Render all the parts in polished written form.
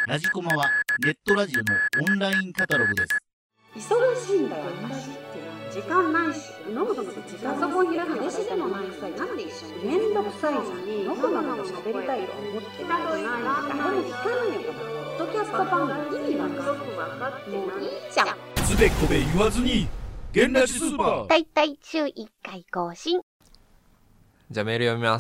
ラジコマはネットラジオのオンラインカタログです。 忙しいんだよ。時間ないし、ノブノブと時間そこにいる話でもないさ、なんで一緒にめんどくさいじゃん。ノブノブと喋りたいと思ってない。誰も聞かないよ。ポッドキャスト番組意味わかってない。もういいじゃん。 つべこべ言わずにゲンラジスーパーだいたい週1回更新。 じゃあメール読みます。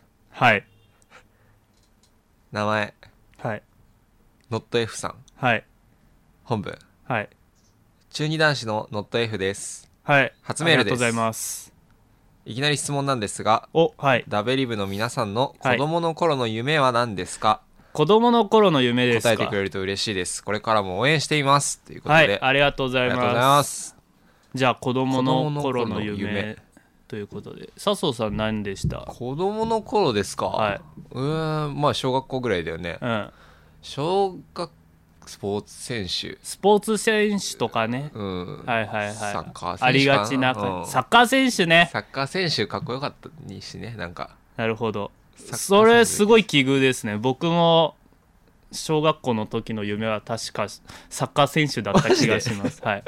はい。 名前はい。 ノット F さん。 はい。 本部。 はい。 中二男子のノット F です。 はい。 初メールです。 ありがとうございます。 いきなり質問なんですが、 はい。 ダベリブの皆さんの子供の頃の夢は何ですか？ はい、子供の頃の夢ですか？ 答えてくれると嬉しいです。これからも応援していますということで、 はい、ありがとうございます。 ありがとうございます。 じゃあ子供の頃の夢ということで、笹生さん何でした？ 子供の頃ですか？ はい。 まあ小学校ぐらいだよね。 うん。 小学スポーツ選手とかね。 うん。 はいはいはい。 サッカー選手ありがちな、うん、サッカー選手ね。 サッカー選手かっこよかったにしね、なんか。 なるほど。それすごい奇遇ですね。僕も小学校の時の夢は確かサッカー選手だった気がします。はい。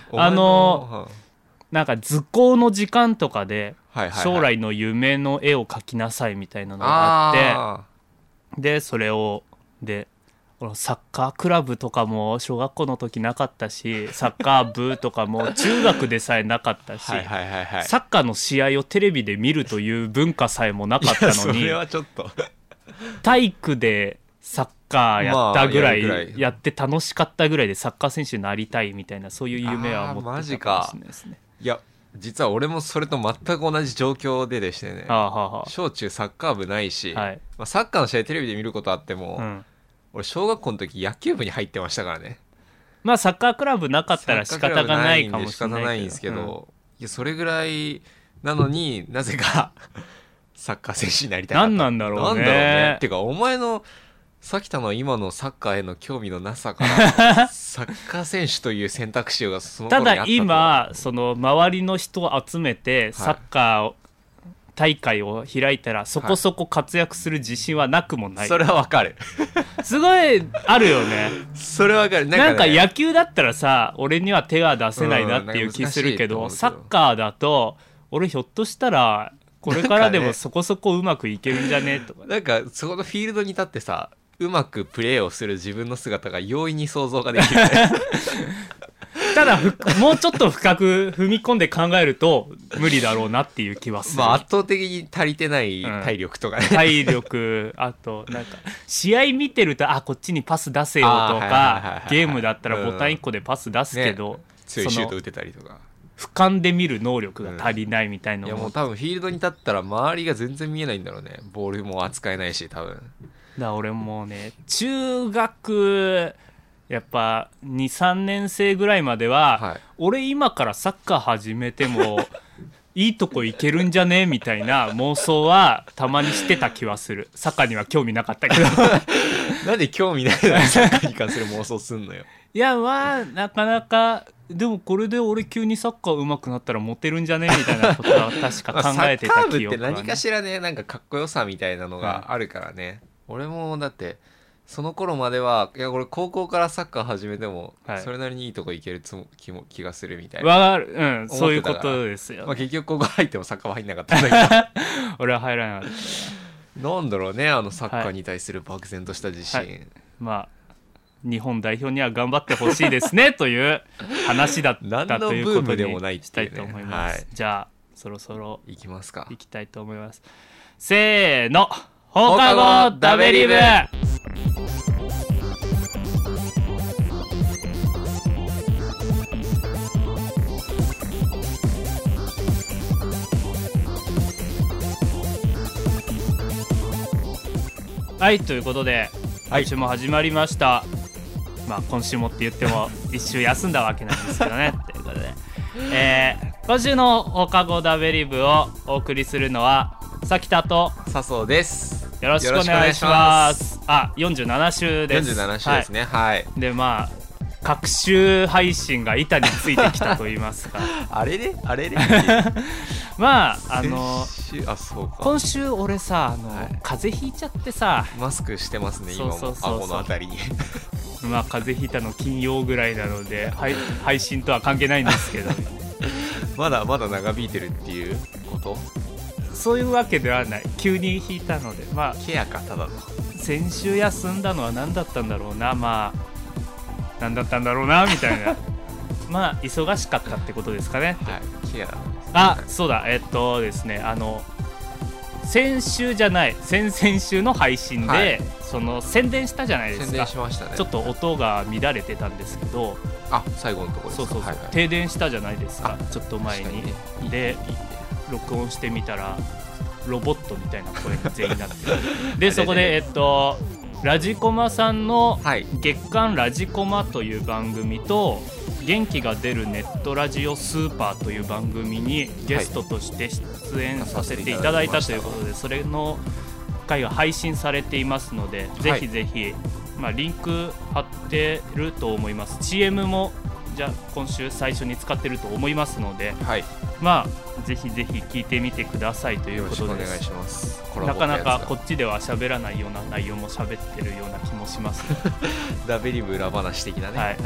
なんか図工の時間とかで将来の夢の絵を描きなさいみたいなのがあって、でそれをでサッカークラブとかも小学校の時なかったし、サッカー部とかも中学でさえなかったし、サッカーの試合をテレビで見るという文化さえもなかったのに、 それはちょっと体育でサッカーやったぐらい、やって楽しかったぐらいでサッカー選手になりたいみたいな、そういう夢は持ってたかもしれないですね。 いや実は俺もそれと全く同じ状況ででしてね、小中サッカー部ないし、 はい、 サッカーの試合テレビで見ることあっても、 うん、 俺小学校の時野球部に入ってましたからね。 まあサッカークラブなかったら仕方がないかもしれないけど、 仕方ないんですけど、うん、いやそれぐらいなのになぜかサッカー選手になりたいかった。 何なんだろうね。 っていうかお前のさきたの今のサッカーへの興味のなさからサッカー選手という選択肢がその頃にあったと。 ただ今その周りの人を集めてサッカー大会を開いたらそこそこ活躍する自信はなくもない、はい、 それはわかるすごいあるよね。 それはわかる。 なんか野球だったらさ、俺には手が出せないなっていう気するけど、サッカーだと俺ひょっとしたらこれからでもそこそこうまくいけるんじゃねとか、 なんかそこのフィールドに立ってさ、うまくプレーをする自分の姿が容易に想像ができる、ね、 ただもうちょっと深く踏み込んで考えると無理だろうなっていう気はする。 圧倒的に足りてない体力とかね、 体力、あとなんか試合見てるとこっちにパス出せよとか、ゲームだったらボタン1個でパス出すけど、 強いシュート打てたりとか俯瞰で見る能力が足りないみたいな、 いやもう多分フィールドに立ったら周りが全然見えないんだろうね。ボールも扱えないし多分。 だから俺もね、中学やっぱ 2,3 年生ぐらいまでは、はい、俺今からサッカー始めてもいいとこ行けるんじゃねみたいな妄想はたまにしてた気はする。サッカーには興味なかったけどなんで興味ないのにサッカーに関する妄想すんのよ。 いやなかなかでもこれで俺急にサッカー上手くなったらモテるんじゃねみたいなことは確か考えてた記憶は、ね、サッカー部って何かしらね、なんかかっこよさみたいなのがあるからね、俺もだってその頃までは、いや俺高校からサッカー始めても、それなりにいいとこ行ける気がするみたいな、 うん、そういうことですよ、 結局高校入ってもサッカーは入んなかったんだけど俺は入らなかった。 なんだろうね、サッカーに対する漠然とした自信、 日本代表には頑張ってほしいですねという話だったということにしたいと思います。じゃあそろそろ行きますか。 行きたいと思います。せーの、放課後ダベリブ。はい、ということで今週も始まりました、今週もって言っても一週休んだわけなんですけどねということで、今週の放課後ダベリブをお送りするのはさきたと笹生です。 よろしくお願いします。47週です。 47週ですね。はい。 で各種配信が板についてきたと言いますかあれれまあそうか。 今週俺さ風邪ひいちゃってさ、 マスクしてますね今も顎のあたりにまあ風邪ひいたの金曜ぐらいなので、配信とは関係ないんですけどまだ長引いてるっていうこと？ そういうわけではない。急に引いたので、まあケアかただの。 先週休んだのは何だったんだろうな、まあ何だったんだろうなみたいなまあ忙しかったってことですかね。 はい、ケア。 そうだ、ですね、先週じゃない先々週の配信で、はい、その宣伝したじゃないですか。 宣伝しましたね。 ちょっと音が乱れてたんですけど、 最後のところですか。 そう、はいはい、停電したじゃないですか、ちょっと前に、 ね、 で録音してみたらロボットみたいな声が全員になってるでそこでラジコマさんの月刊ラジコマという番組と、元気が出るネットラジオスーパーという番組にゲストとして出演させていただいたということで、それの回が配信されていますので、ぜひぜひ、リンク貼ってると思います。 CM もじゃあ今週最初に使ってると思いますので、ぜひぜひ聞いてみてくださいということです。 よろしくお願いします。 なかなかこっちでは喋らないような内容も喋ってるような気もしますダベリブ裏話的なね。はい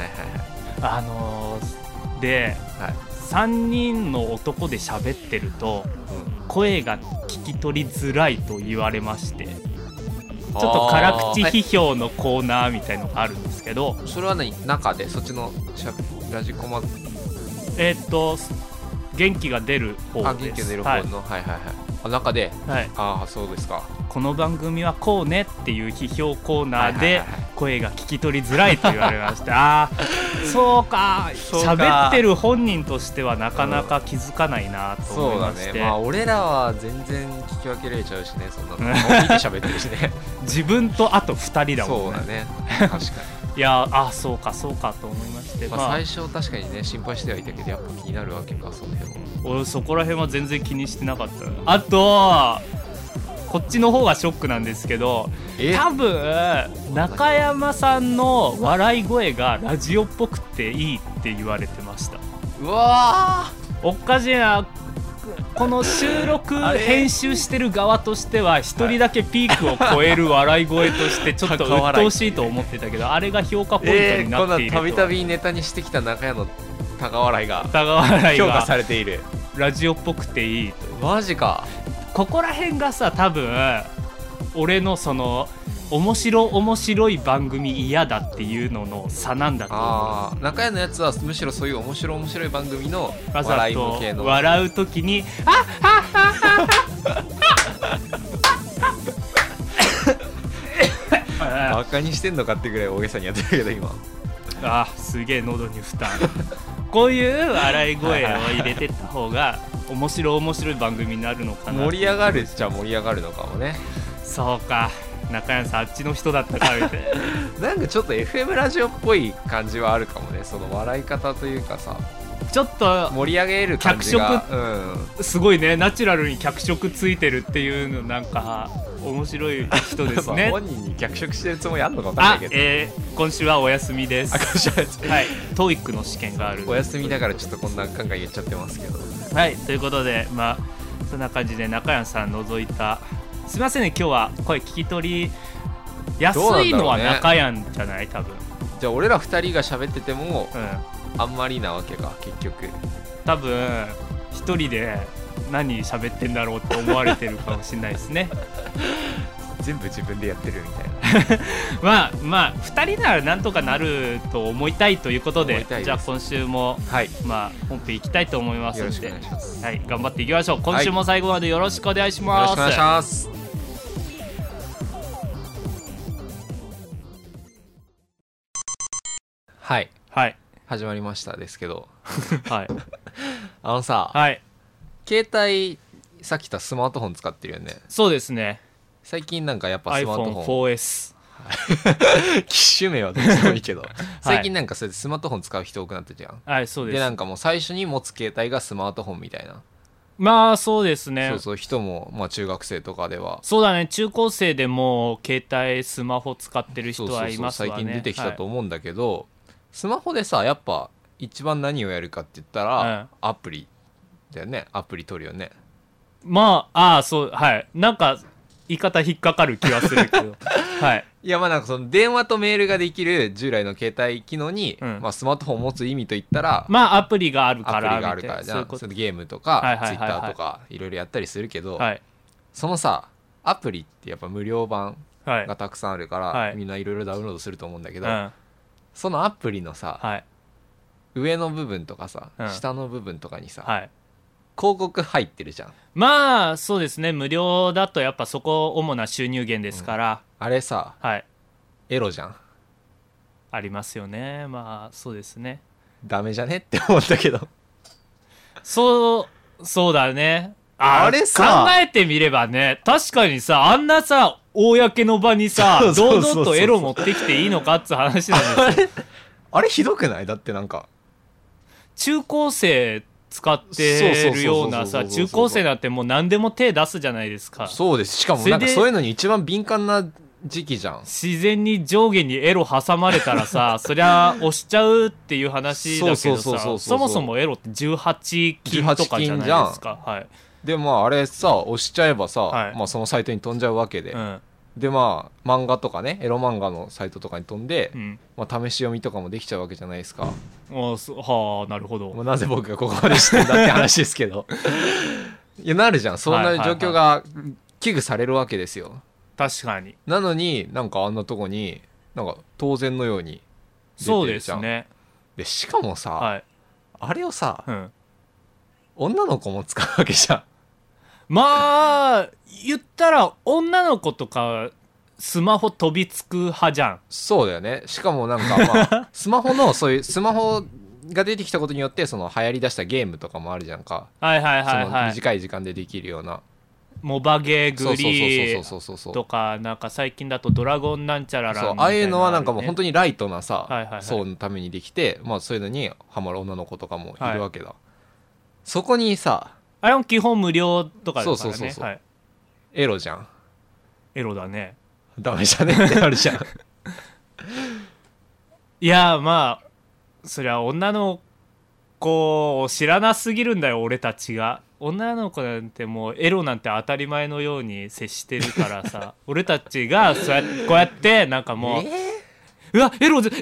で、3人の男で喋ってると、声が聞き取りづらいと言われまして、ちょっと辛口批評のコーナーみたいのがあるんですけど、 それは中でそっちのラジコマ元気が出る方です。 元気が出る方の、中で、そうですか。 この番組はこうねっていう批評コーナーで声が聞き取りづらいと言われましてそうか、喋ってる本人としてはなかなか気づかないなと思いまして、 そうだね。俺らは全然聞き分けられちゃうしね、そんなの見て喋ってるしね自分とあと2人だもんね。 そうだね、確かにいやそうかと思いまして、 最初確かにね心配してはいたけど、やっぱ気になるわけか。その辺は俺そこら辺は全然気にしてなかった。あとこっちの方がショックなんですけど、多分中山さんの笑い声がラジオっぽくていいって言われてました。 うわー、おかしいな。この収録編集してる側としては一人だけピークを超える笑い声としてちょっと鬱陶しいと思ってたけど、あれが評価ポイントになっていると。 こんなたびたびネタにしてきた中屋の高笑いが評価されている。 ラジオっぽくていいと。 マジか。 ここら辺がさ、多分俺のその面白い番組嫌だっていうのの差なんだと思う。 中屋のやつはむしろそういう面白い番組の笑い向けの、 笑うときにバカにしてんのかってぐらい大げさにやってるけど今すげえ喉に負担こういう笑い声を入れてった方が面白い番組になるのかな。 盛り上がるっちゃ盛り上がるのかもね。 そうか、中山さんあっちの人だったかみたいななんかちょっと FM ラジオっぽい感じはあるかもね。その笑い方というかさ、 ちょっと盛り上げる感じが、 すごいね、ナチュラルに脚色ついてるっていうの、なんか面白い人ですね本人に脚色してるつもりあんのか分かんないけど、 今週はお休みです。 今週ははい、TOEIC の試験がある。 お休みだからちょっとこんな考え言っちゃってますけど、 はい、ということでそんな感じで中山さん除いた、すいませんね、今日は声聞き取りやすいのは中山じゃない？多分じゃあ俺ら2人が喋ってても、あんまりなわけか結局。 多分一人で何喋ってんだろうって思われてるかもしれないですね全部自分でやってるみたいな2人ならなんとかなると思いたいということで、じゃあ今週も、本編いきたいと思いますので、よろしくお願いします。はい、頑張っていきましょう。今週も最後までよろしくお願いします。 よろしくお願いします。はい始まりましたですけどさ、携帯さっき言ったスマートフォン使ってるよね。 そうですね。 最近なんかやっぱスマートフォン iPhone4S 機種名はどうでもいいけど最近なんかそれでスマートフォン使う人多くなってるじゃん。 はいそうです。 でなんかもう最初に持つ携帯がスマートフォンみたいな。 そうですね。 そう人も中学生とかではそうだね、中高生でも携帯スマホ使ってる人はいますわね。 最近出てきたと思うんだけど、 スマホでさやっぱ一番何をやるかって言ったら、アプリだよね。アプリ取るよね。 まあそうはいなんか言い方引っかかる気はするけどはいいやまあなんかその電話とメールができる従来の携帯機能に、まあ、スマートフォンを持つ意味といったらまあアプリがあるからアプリがあるからじゃん。それでゲームとか、ツイッターとかいろいろやったりするけど、そのさアプリってやっぱ無料版がたくさんあるから、みんないろいろダウンロードすると思うんだけど、そのアプリのさ、上の部分とかさ、下の部分とかにさ、広告入ってるじゃん。 まあそうですね。無料だとやっぱそこ主な収入源ですから、 あれさ、エロじゃん。 ありますよね。まあそうですね。 ダメじゃねって思ったけどそうだね。あれさ考えてみればね、確かにさあんなさ公の場にさ堂々とエロ持ってきていいのかっつう話なんですよあれひどくない？だってなんか中高生使ってるようなさ、中高生なんてもう何でも手出すじゃないですか。 そうです。しかもなんかそういうのに一番敏感な時期じゃん。 自然に上下にエロ挟まれたらさそりゃ押しちゃうっていう話だけどさ、そもそもエロって18禁とかじゃないですか。はい。 でまああれさ押しちゃえばさ、まあそのサイトに飛んじゃうわけで、でまあ漫画とかねエロ漫画のサイトとかに飛んで、まあ、試し読みとかもできちゃうわけじゃないですか。 はあなるほど。 まあ、なぜ僕がここまでしてんだって話ですけどいやなるじゃん。そんな状況が危惧されるわけですよ。 確かに。 なのになんかあんなとこになんか当然のように出てるじゃん。 そうですね。 でしかもさ、あれをさ、女の子も使うわけじゃん。 まあ言ったら女の子とかスマホ飛びつく派じゃん。 そうだよね。しかもなんか、まあ、スマホのそういうスマホが出てきたことによってその流行り出したゲームとかもあるじゃんか。その短い時間でできるようなモバゲーグリーとかなんか最近だとドラゴンなんちゃららみたいな、 ああいうのはなんかもう本当にライトなさ、そうのためにできて、まあそういうのにハマる女の子とかもいるわけだ。そこにさあれも基本無料とかですからね。 エロじゃん。 エロだね。 ダメじゃねってなるじゃんいやまあそりゃ女の子を知らなすぎるんだよ俺たちが。女の子なんてもうエロなんて当たり前のように接してるからさ俺たちがこうやってなんかもう、うわエロだ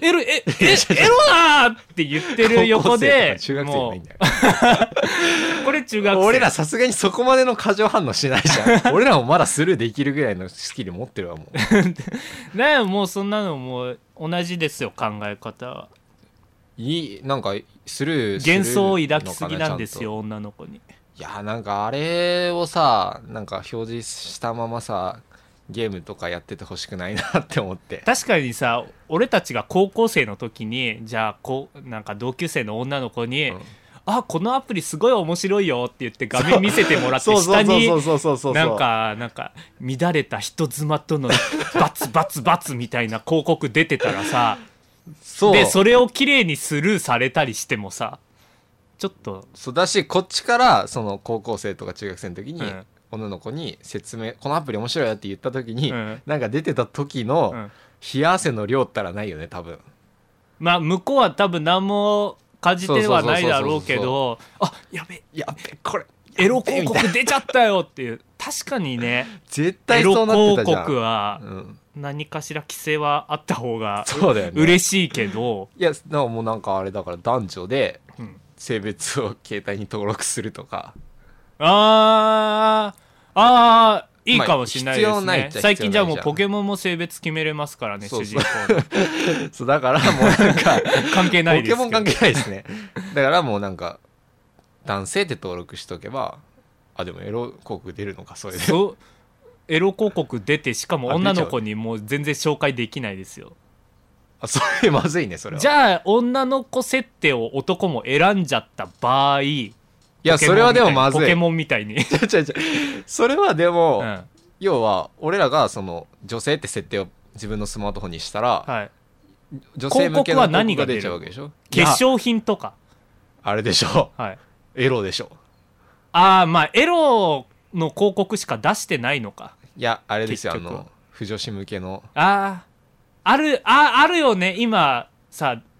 って言ってる横でもうこれ中学生。 俺らさすがにそこまでの過剰反応しないじゃん俺らもまだスルーできるぐらいのスキル持ってるわもうねえもうそんなのもう同じですよ考え方は。 なんかスルー幻想を抱きすぎなんですよ女の子に。 いやなんかあれをさなんか表示したままさゲームとかやっててほしくないなって思って。 確かにさ俺たちが高校生の時にじゃあなんか同級生の女の子に、あこのアプリすごい面白いよって言って画面見せてもらって下になんか乱れた人妻とのバツバツバツみたいな広告出てたらさでそれを綺麗にスルーされたりしてもさちょっとそうだしこっちからその高校生とか中学生の時に、女の子に説明このアプリ面白いよって言った時に、なんか出てた時の冷や汗の量ったらないよね多分。 まあ向こうは多分何も感じてはないだろうけど、あやべこれエロ広告出ちゃったよっていう確かにね絶対そうなってたじゃん。 エロ広告は何かしら規制はあった方が嬉しいけど、 いやもうなんかあれだから男女で性別を携帯に登録するとか、 いいかもしれないですね。最近じゃあもうポケモンも性別決めれますからね主人公そうだからもうなんか関係ないですけどポケモン関係ないですねだからもうなんか男性って登録しとけばでもエロ広告出るのかそれで。 そうエロ広告出てしかも女の子にもう全然紹介できないですよ。 それまずいねそれは。 じゃあ女の子設定を男も選んじゃった場合いやそれはでもまずい。 ポケモンみたいにそれはでも、要は俺らがその女性って設定を自分のスマートフォンにしたら、女性向けの広告が出ちゃうわけでしょ。 化粧品とかあれでしょ、エロでしょ。 まあエロの広告しか出してないのか。 いやあれですよ不女子向けのあるよね今さ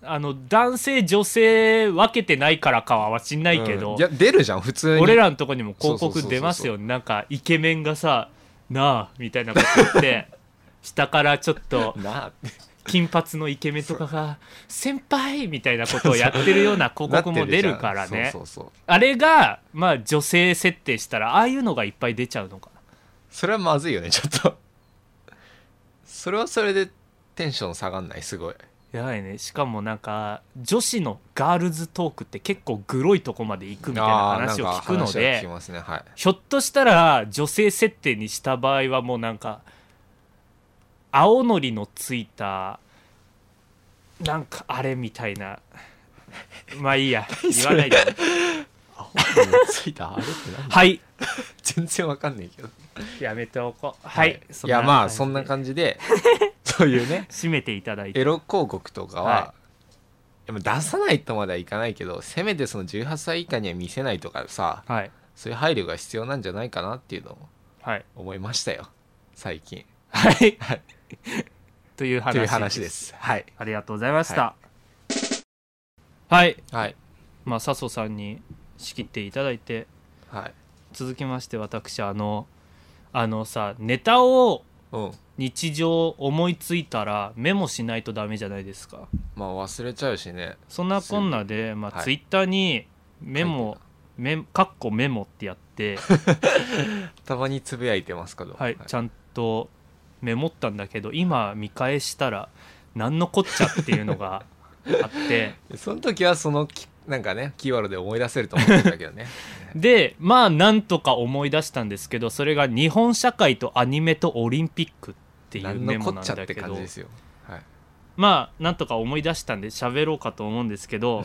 男性女性分けてないからかは知んないけど、 いや出るじゃん普通に。 俺らのとこにも広告出ますよ。なんかイケメンがさなあみたいなこと言って下からちょっとなあ金髪のイケメンとかが先輩みたいなことをやってるような広告も出るからね。あれがまあ女性設定したらああいうのがいっぱい出ちゃうのかな。 それはまずいよねちょっと。それはそれでテンション下がんない？すごいやばいね。しかもなんか女子のガールズトークって結構グロいとこまで行くみたいな話を聞くので、ひょっとしたら女性設定にした場合はもうなんか青のりのついたなんかあれみたいな、まあいいや言わないで。 青のりのついたあれって何？ はい全然わかんないけどやめておこう。はい、 いやまあそんな感じでそういうね締めていただいて、 エロ広告とかは、でも出さないとまではいかないけど、せめてその18歳以下には見せないとかさ、そういう配慮が必要なんじゃないかなっていうのを思いましたよ最近。 はいという話です。はい、 ありがとうございました。はい、まあ笹生さんに仕切っていただいて、続きまして私さネタを日常思いついたらメモしないとダメじゃないですか。 まあ忘れちゃうしね。 そんなこんなで、まあツイッターにメモかっこメモってやってたまにつぶやいてますけど、 ちゃんとメモったんだけど、今見返したら何のこっちゃっていうのがあってその時はそのなんかねキーワードで思い出せると思うんだけどねでまあなんとか思い出したんですけど、それが日本社会とアニメとオリンピックっていうメモなんだけど、まあなんとか思い出したんで喋ろうかと思うんですけど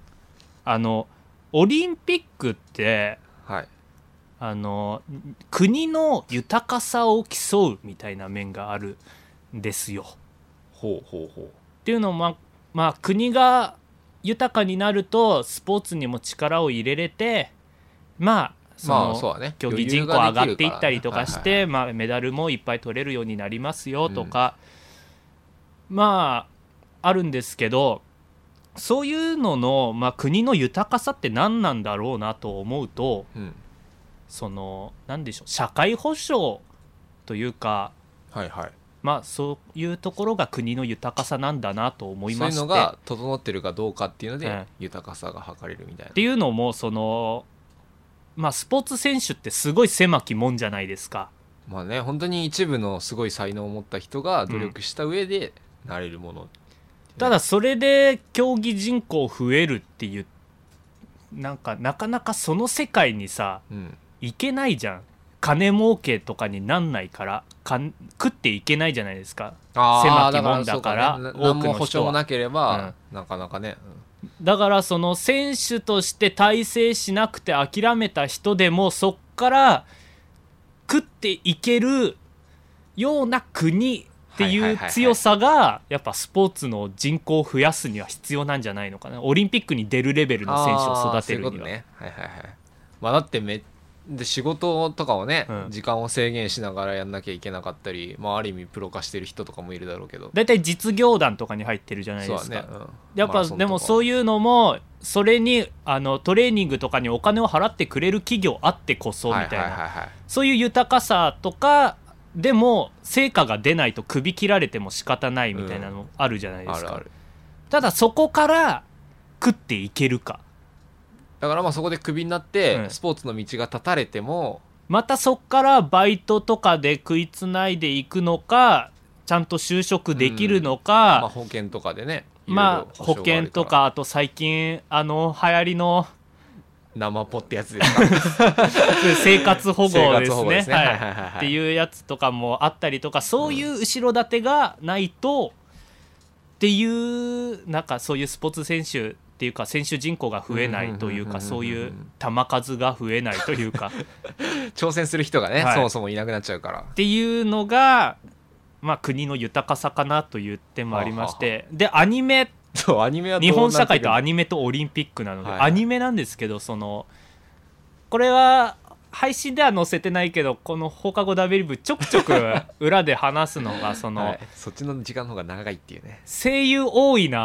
オリンピックって、国の豊かさを競うみたいな面があるんですよ。っていうのもまあ国が豊かになるとスポーツにも力を入れれて、まあその競技人口上がっていったりとかして、まあメダルもいっぱい取れるようになりますよとか、まああるんですけど、そういうのの、まあ、国の豊かさって何なんだろうなと思うと、その何でしょう、社会保障というか、まあそういうところが国の豊かさなんだなと思いまして、 そういうのが整ってるかどうかっていうので、豊かさが測れるみたいな。 っていうのもそのまあスポーツ選手ってすごい狭きもんじゃないですか。 まあね、本当に一部のすごい才能を持った人が努力した上でなれるもの、 ただそれで競技人口増えるっていうなかなかその世界にさ、いけないじゃん。金儲けとかになんないから食っていけないじゃないですか。狭きもんだから、 何も保証もなければ、なかなかね、 だからその選手として大成しなくて諦めた人でもそっから食っていけるような国っていう強さがやっぱスポーツの人口を増やすには必要なんじゃないのかな。オリンピックに出るレベルの選手を育てるには。 まあだってで仕事とかをね、時間を制限しながらやんなきゃいけなかったり、まあ、ある意味プロ化してる人とかもいるだろうけど、 だいたい実業団とかに入ってるじゃないですか。やっぱでもそういうのもそれにトレーニングとかにお金を払ってくれる企業あってこそみたいな、そういう豊かさとかでも成果が出ないと首切られても仕方ないみたいなのあるじゃないですか。ただそこから食っていけるか。 だからまあそこでクビになって、スポーツの道が断たれてもまたそこからバイトとかで食いつないでいくのか、ちゃんと就職できるのか、 まあ、保険とかでね、 まあ保険とか、あと最近流行りの生ポってやつですか生活保護ですねっていうやつとかもあったりとか、そういう後ろ盾がないとっていうなんかそういうスポーツ選手っていうか選手人口が増えないというか、そういう球数が増えないというか挑戦する人がね、そもそもいなくなっちゃうからっていうのが、まあ、国の豊かさかなという点もありまして、でアニメは日本社会とアニメとオリンピックなので、アニメなんですけど、これは配信では載せてないけど、この放課後ダベリブちょくちょく裏で話すのがそっちの時間の方が長いっていうね、 声優多いなっ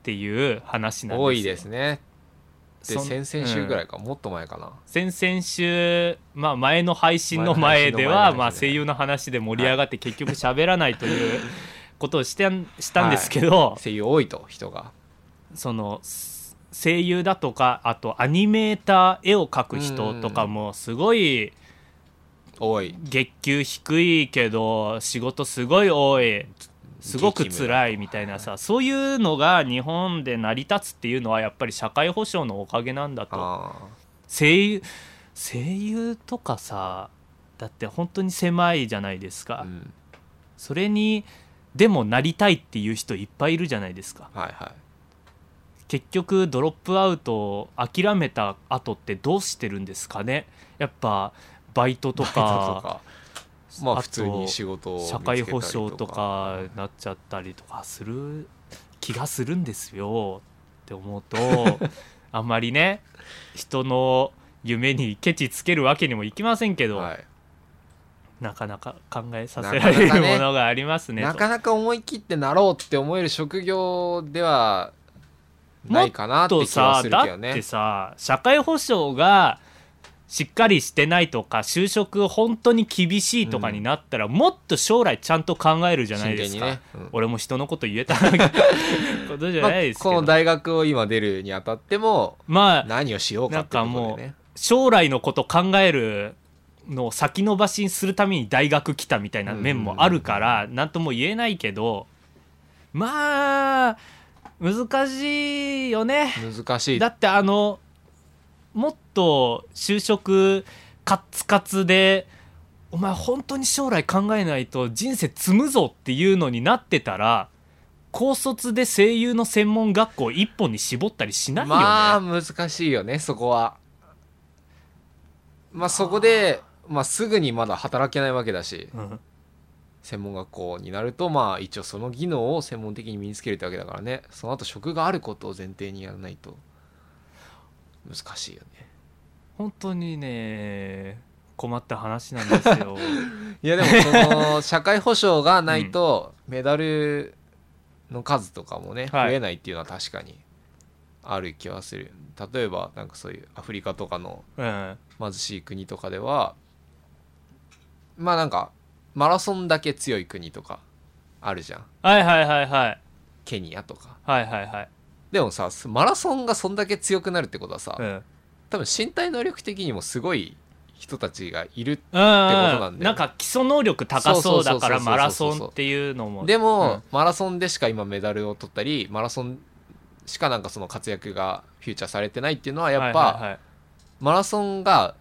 っていう話なんですよ。 多いですね。で先々週ぐらいか、もっと前かな、 先々週、前の配信の前では声優の話で盛り上がって結局喋らないということをしたんですけど、 声優多いと人がその声優だとか、あとアニメーター、絵を描く人とかもすごい多い、 月給低いけど仕事すごい多い、すごく辛いみたいなさ、そういうのが日本で成り立つっていうのはやっぱり社会保障のおかげなんだと。声優とかさ、だって本当に狭いじゃないですか、それにでもなりたいっていう人いっぱいいるじゃないですか。結局ドロップアウトを諦めた後ってどうしてるんですかね。やっぱバイトとか普通に仕事を見つけたりとか、 社会保障とかなっちゃったりとかする気がするんですよって思うとあんまりね人の夢にケチつけるわけにもいきませんけど、なかなか考えさせられるものがありますね。 なかなか思い切ってなろうって思える職業ではないかなって気はするけどね。 だってさ、社会保障がしっかりしてないとか就職本当に厳しいとかになったら、もっと将来ちゃんと考えるじゃないですか、ね。俺も人のこと言えたことじゃないですけど、 この大学を今出るにあたっても、何をしようかってことでね。 なんかもう将来のこと考えるのを先延ばしにするために大学来たみたいな面もあるから何とも言えないけど、難しいよね。 難しい。 だってもっと就職カッツカツでお前本当に将来考えないと人生積むぞっていうのになってたら、高卒で声優の専門学校一本に絞ったりしないよね。 難しいよねそこは。そこで、すぐにまだ働けないわけだし、専門学校になると一応その技能を専門的に身につけるってわけだからね。その後職があることを前提にやらないと難しいよね。 本当にね困った話なんですよいやでもその社会保障がないとメダルの数とかもね、増えないっていうのは確かにある気はする。例えばなんかそういうアフリカとかの貧しい国とかでは、なんかマラソンだけ強い国とかあるじゃん。ケニアとか。でもさ、マラソンがそんだけ強くなるってことはさ、多分身体能力的にもすごい人たちがいるってことなんで、 なんか基礎能力高そうだからマラソンっていうのも。 でも、マラソンでしか今メダルを取ったり、マラソンしかなんかその活躍がフューチャーされてないっていうのはやっぱ、マラソンが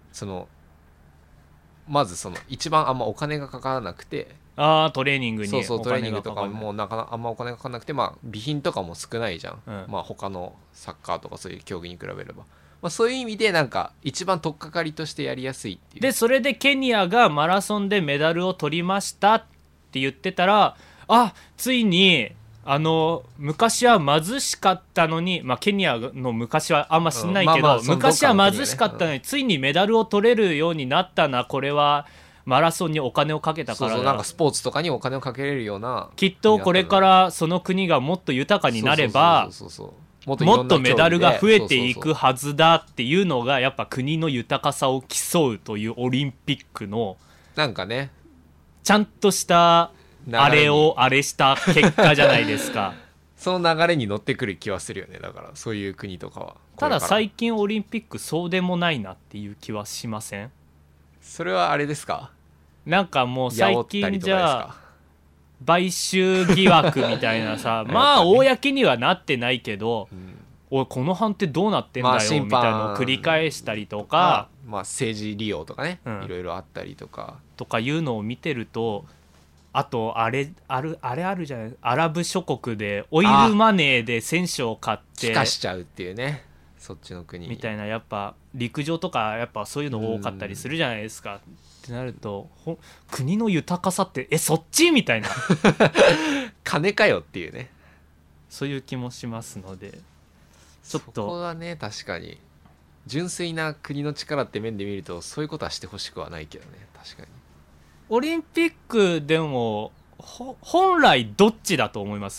まず一番あんまお金がかからなくて、 トレーニングにトレーニングとかもあんまお金がかからなくて、備品とかも少ないじゃん、他のサッカーとかそういう競技に比べれば、そういう意味でなんか一番取っかかりとしてやりやすいっていう。 でそれでケニアがマラソンでメダルを取りましたって言ってたら、ついに昔は貧しかったのに、ケニアの昔はあんま知んないけど、昔は貧しかったのに、ついにメダルを取れるようになったな、これはマラソンにお金をかけたからだ。 なんかスポーツとかにお金をかけれるような、 きっとこれからその国がもっと豊かになればもっとメダルが増えていくはずだっていうのが、やっぱ国の豊かさを競うというオリンピックのなんかね、 ちゃんとしたあれした結果じゃないですかその流れに乗ってくる気はするよね。だからそういう国とかは。 ただ最近オリンピックそうでもないなっていう気はしません？ それはあれですか？ なんかもう最近じゃ買収疑惑みたいなさ公にはなってないけど、おいこの判定どうなってんだよみたいなのを繰り返したりとか、 政治利用とかね、いろいろあったりとかいうのを見てると、あとあれあるじゃない、アラブ諸国でオイルマネーで選手を買って帰化しちゃうっていうね、そっちの国みたいな。やっぱ陸上とかやっぱそういうの多かったりするじゃないですか。ってなると国の豊かさってそっちみたいな金かよっていうね、 そういう気もしますので、ちょっとそこはね、確かに純粋な国の力って面で見るとそういうことはしてほしくはないけどね。確かにオリンピックでも本来どっちだと思います？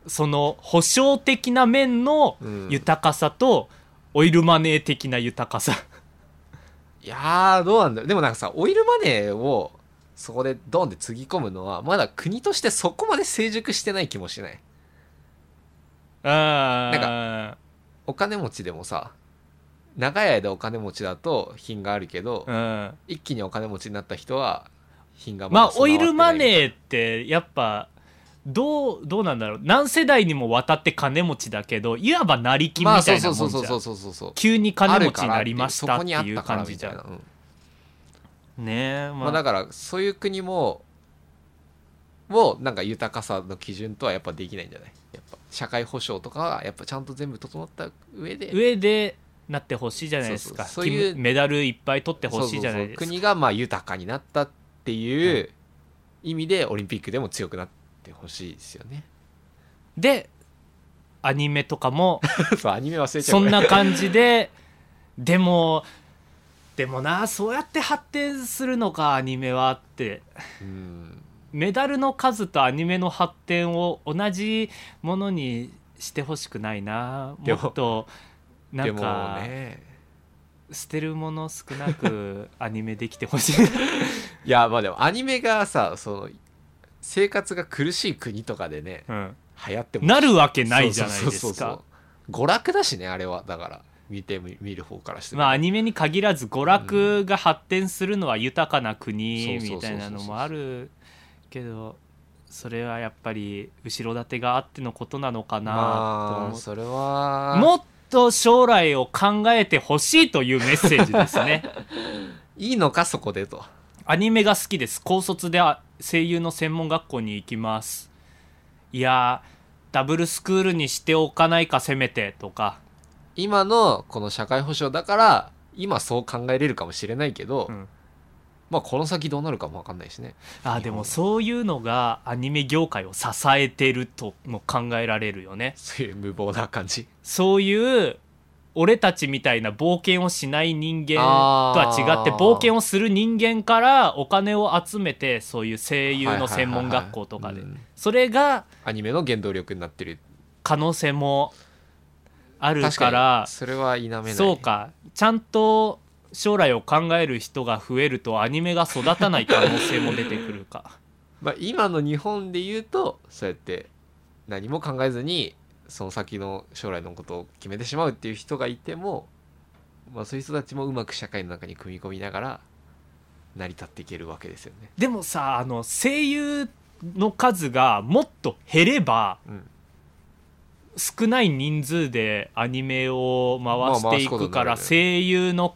その保証的な面の豊かさと、オイルマネー的な豊かさいやーどうなんだろう。でもなんかさ、オイルマネーをそこでドンってつぎ込むのはまだ国としてそこまで成熟してない気もしない？なんかお金持ちでもさ、長い間お金持ちだと品があるけど、一気にお金持ちになった人は品がまだオイルマネーってやっぱどうなんだろう。何世代にもわたって金持ちだけど、いわば成り金みたいなもんじゃん。急に金持ちになりましたっていう感じじゃん。ねえ、 だからそういう国もなんか豊かさの基準とはやっぱできないんじゃない？やっぱ社会保障とかはやっぱちゃんと全部整った上でなってほしいじゃないですか。そういうメダルいっぱい取ってほしいじゃないですか。 国がまあ豊かになったっていう意味でオリンピックでも強くなってほしいですよね。 でアニメとかもそうアニメ忘れちゃう。 そんな感じででもな、そうやって発展するのかアニメはって。メダルの数とアニメの発展を同じものにしてほしくないな。もっとなんか捨てるもの少なくアニメできてほしいいやまあでもアニメがさ、その生活が苦しい国とかでね、流行ってもなるわけないじゃないですか。 娯楽だしね、あれは。だから見る方からしてアニメに限らず娯楽が発展するのは豊かな国みたいなのもあるけど、それはやっぱり後ろ盾があってのことなのかなと思う。 それはもっと将来を考えてほしいというメッセージですねいいのかそこでと。 アニメが好きです。高卒で声優の専門学校に行きます。いやダブルスクールにしておかないかせめてとか。 今のこの社会保障だから今そう考えれるかもしれないけど、まあこの先どうなるかも分かんないしね。 でもそういうのがアニメ業界を支えてるとも考えられるよね。 そういう無謀な感じ。 そういう俺たちみたいな冒険をしない人間とは違って冒険をする人間からお金を集めて、そういう声優の専門学校とかでそれがアニメの原動力になってる可能性もあるから、 それは否めない。 そうか、ちゃんと将来を考える人が増えるとアニメが育たない可能性も出てくるか今の日本で言うとそうやって何も考えずにその先の将来のことを決めてしまうっていう人がいても、そういう人たちもうまく社会の中に組み込みながら成り立っていけるわけですよね。 でもさ、声優の数がもっと減れば、少ない人数でアニメを回していくから、声優の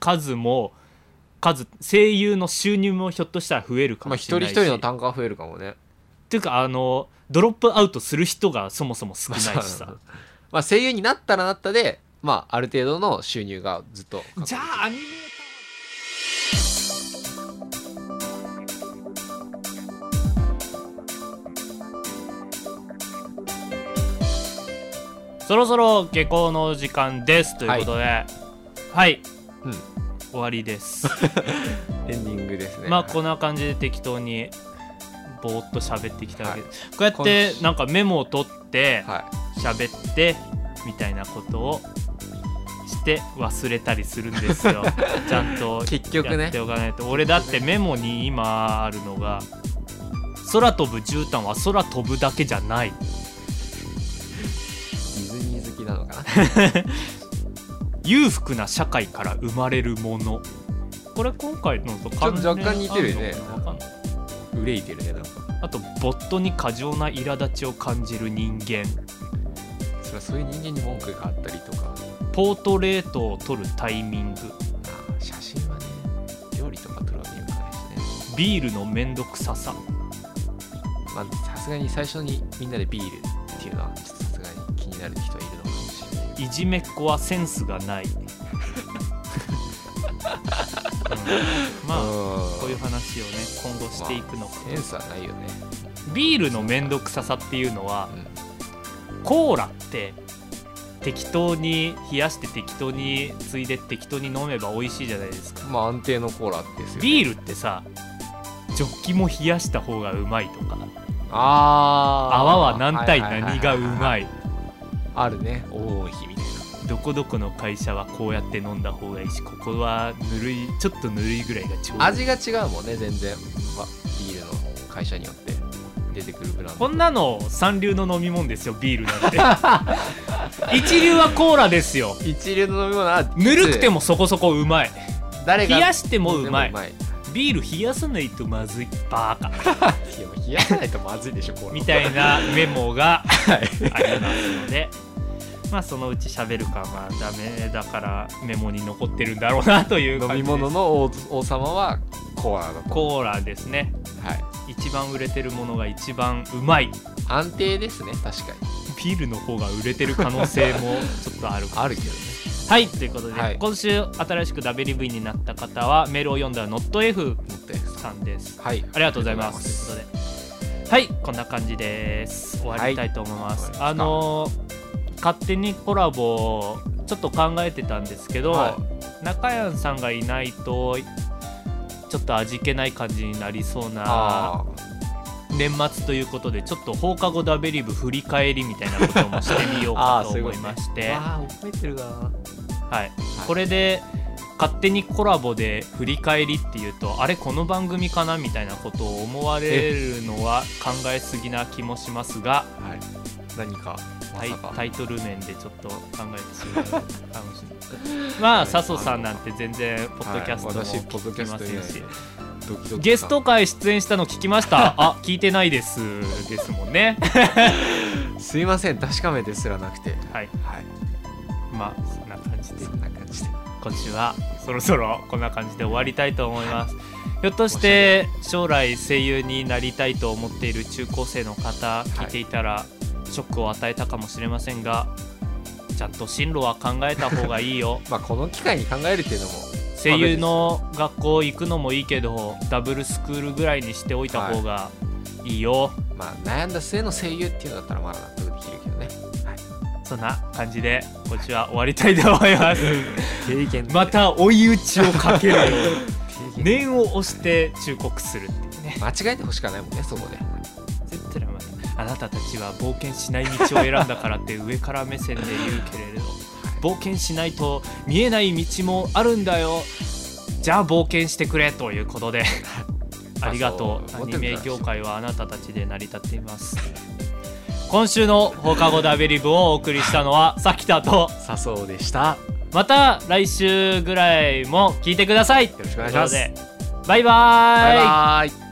声優の収入もひょっとしたら増えるかもしれないし、 一人一人の単価が増えるかもね。 っていうかドロップアウトする人がそもそも少ないしさ声優になったらなったで、ある程度の収入がずっと。 じゃあアニメそろそろ下校の時間ですということで、終わりですエンディングですね。 こんな感じで適当にぼーっと喋ってきたわけです、こうやってなんかメモを取って喋ってみたいなことをして忘れたりするんですよちゃんとやっておかないと。俺だってメモに今あるのが、空飛ぶ絨毯は空飛ぶだけじゃない、 なのかな裕福な社会から生まれるもの。これ今回のと関連若干似てるね。憂いてるね。なんかあとボットに過剰な苛立ちを感じる人間。 それはそういう人間に文句があったりとか。 ポートレートを撮るタイミング。 写真はね、料理とか撮るわけにもいかないしね。 ビールのめんどくささ。 さすがに最初にみんなでビールっていうのはちょっとさすがに気になる人はいるのかもしれない。 いじめっ子はセンスがないこういう話をね今後していくのか。 センスはないよね。 ビールのめんどくささっていうのは、コーラって適当に冷やして適当についで適当に飲めば美味しいじゃないですか。 安定のコーラですよね。 ビールってさ、ジョッキも冷やした方がうまいとか泡は何対何がうまい、 あるね、黄金比みたいな。 どこどこの会社はこうやって飲んだ方がいいし、ここはちょっとぬるいぐらいがちょうど味が違うもんね、全然ビールの会社によって出てくるブランド。 こんなの三流の飲み物ですよ、ビールなんて一流はコーラですよ。 一流の飲み物はぬるくてもそこそこうまい、 誰が冷やしてもうまい。ビール冷やさないとまずい、バーカ冷やさないとまずいでしょコーラみたいなメモがありますのでまあそのうち喋るかはダメだからメモに残ってるんだろうなという感じです。 飲み物の王様はコーラだと。 コーラですね。 はい。 一番売れてるものが一番うまい。 安定ですね、確かに。 ビールの方が売れてる可能性もちょっとあるかもしれない。 あるけどね。 はい、ということで、今週新しく WV になった方はメールを読んだ NotF さんです。 はい、 ありがとうございます。ということで、はい、こんな感じです。終わりたいと思います。勝手にコラボちょっと考えてたんですけど、中谷さんがいないとちょっと味気ない感じになりそうな年末ということで、ちょっと放課後ダベリブ振り返りみたいなこともしてみようかと思いまして、 覚えてるな。 はい、これで勝手にコラボで振り返りっていうと、あれこの番組かなみたいなことを思われるのは考えすぎな気もしますが、 何かタイトル面でちょっと考えてしまうかもしれないまあ笹生さんなんて全然ポッドキャストも聞きませんし、ゲスト会出演したの聞きましたあ、聞いてないですですもんねすいません、確かめてすらなくて。 はい、まあそんな感じで今週はそろそろこんな感じで終わりたいと思います。ひょっとして将来声優になりたいと思っている中高生の方聞いていたらショックを与えたかもしれませんが、ちゃんと進路は考えた方がいいよまあこの機会に考えるっていうのも、 声優の学校行くのもいいけどダブルスクールぐらいにしておいた方がいいよ。 まあ悩んだ末の声優っていうのだったらまだ納得できるけどね。 そんな感じで今週は終わりたいと思いますまた追い打ちをかけるよう念を押して忠告するっていうね。 間違えてほしかないもんね、そこで。 絶対あなたたちは冒険しない道を選んだからって上から目線で言うけれど、冒険しないと見えない道もあるんだよ、じゃあ冒険してくれということでありがとう。アニメ業界はあなたたちで成り立っています今週の放課後ダベリブをお送りしたのはさきたと笹生でした。 また来週ぐらいも聞いてください。よろしくお願いします。 バイバーイ。 バイバーイ。